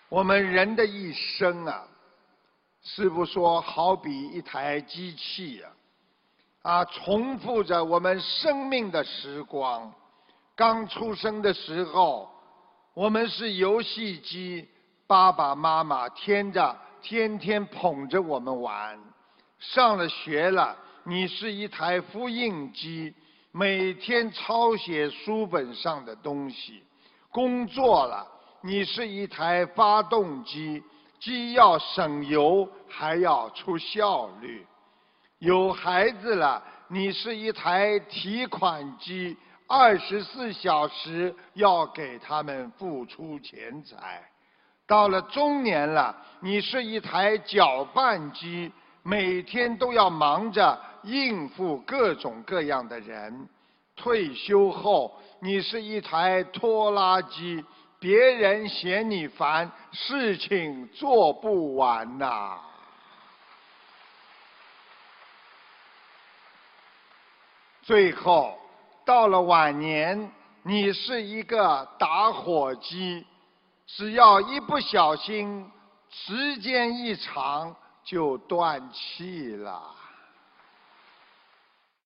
我们人的一生啊，师父说好比一台机器重复着我们生命的时光。刚出生的时候，我们是游戏机，爸爸妈妈天天捧着我们玩。上了学了，你是一台复印机，每天抄写书本上的东西。工作了，你是一台发动机，既要省油还要出效率。有孩子了，你是一台提款机，24小时要给他们付出钱财。到了中年了，你是一台搅拌机，每天都要忙着应付各种各样的人。退休后，你是一台拖拉机，别人嫌你烦，事情做不完呐。最后到了晚年，你是一个打火机，只要一不小心，时间一长就断气了。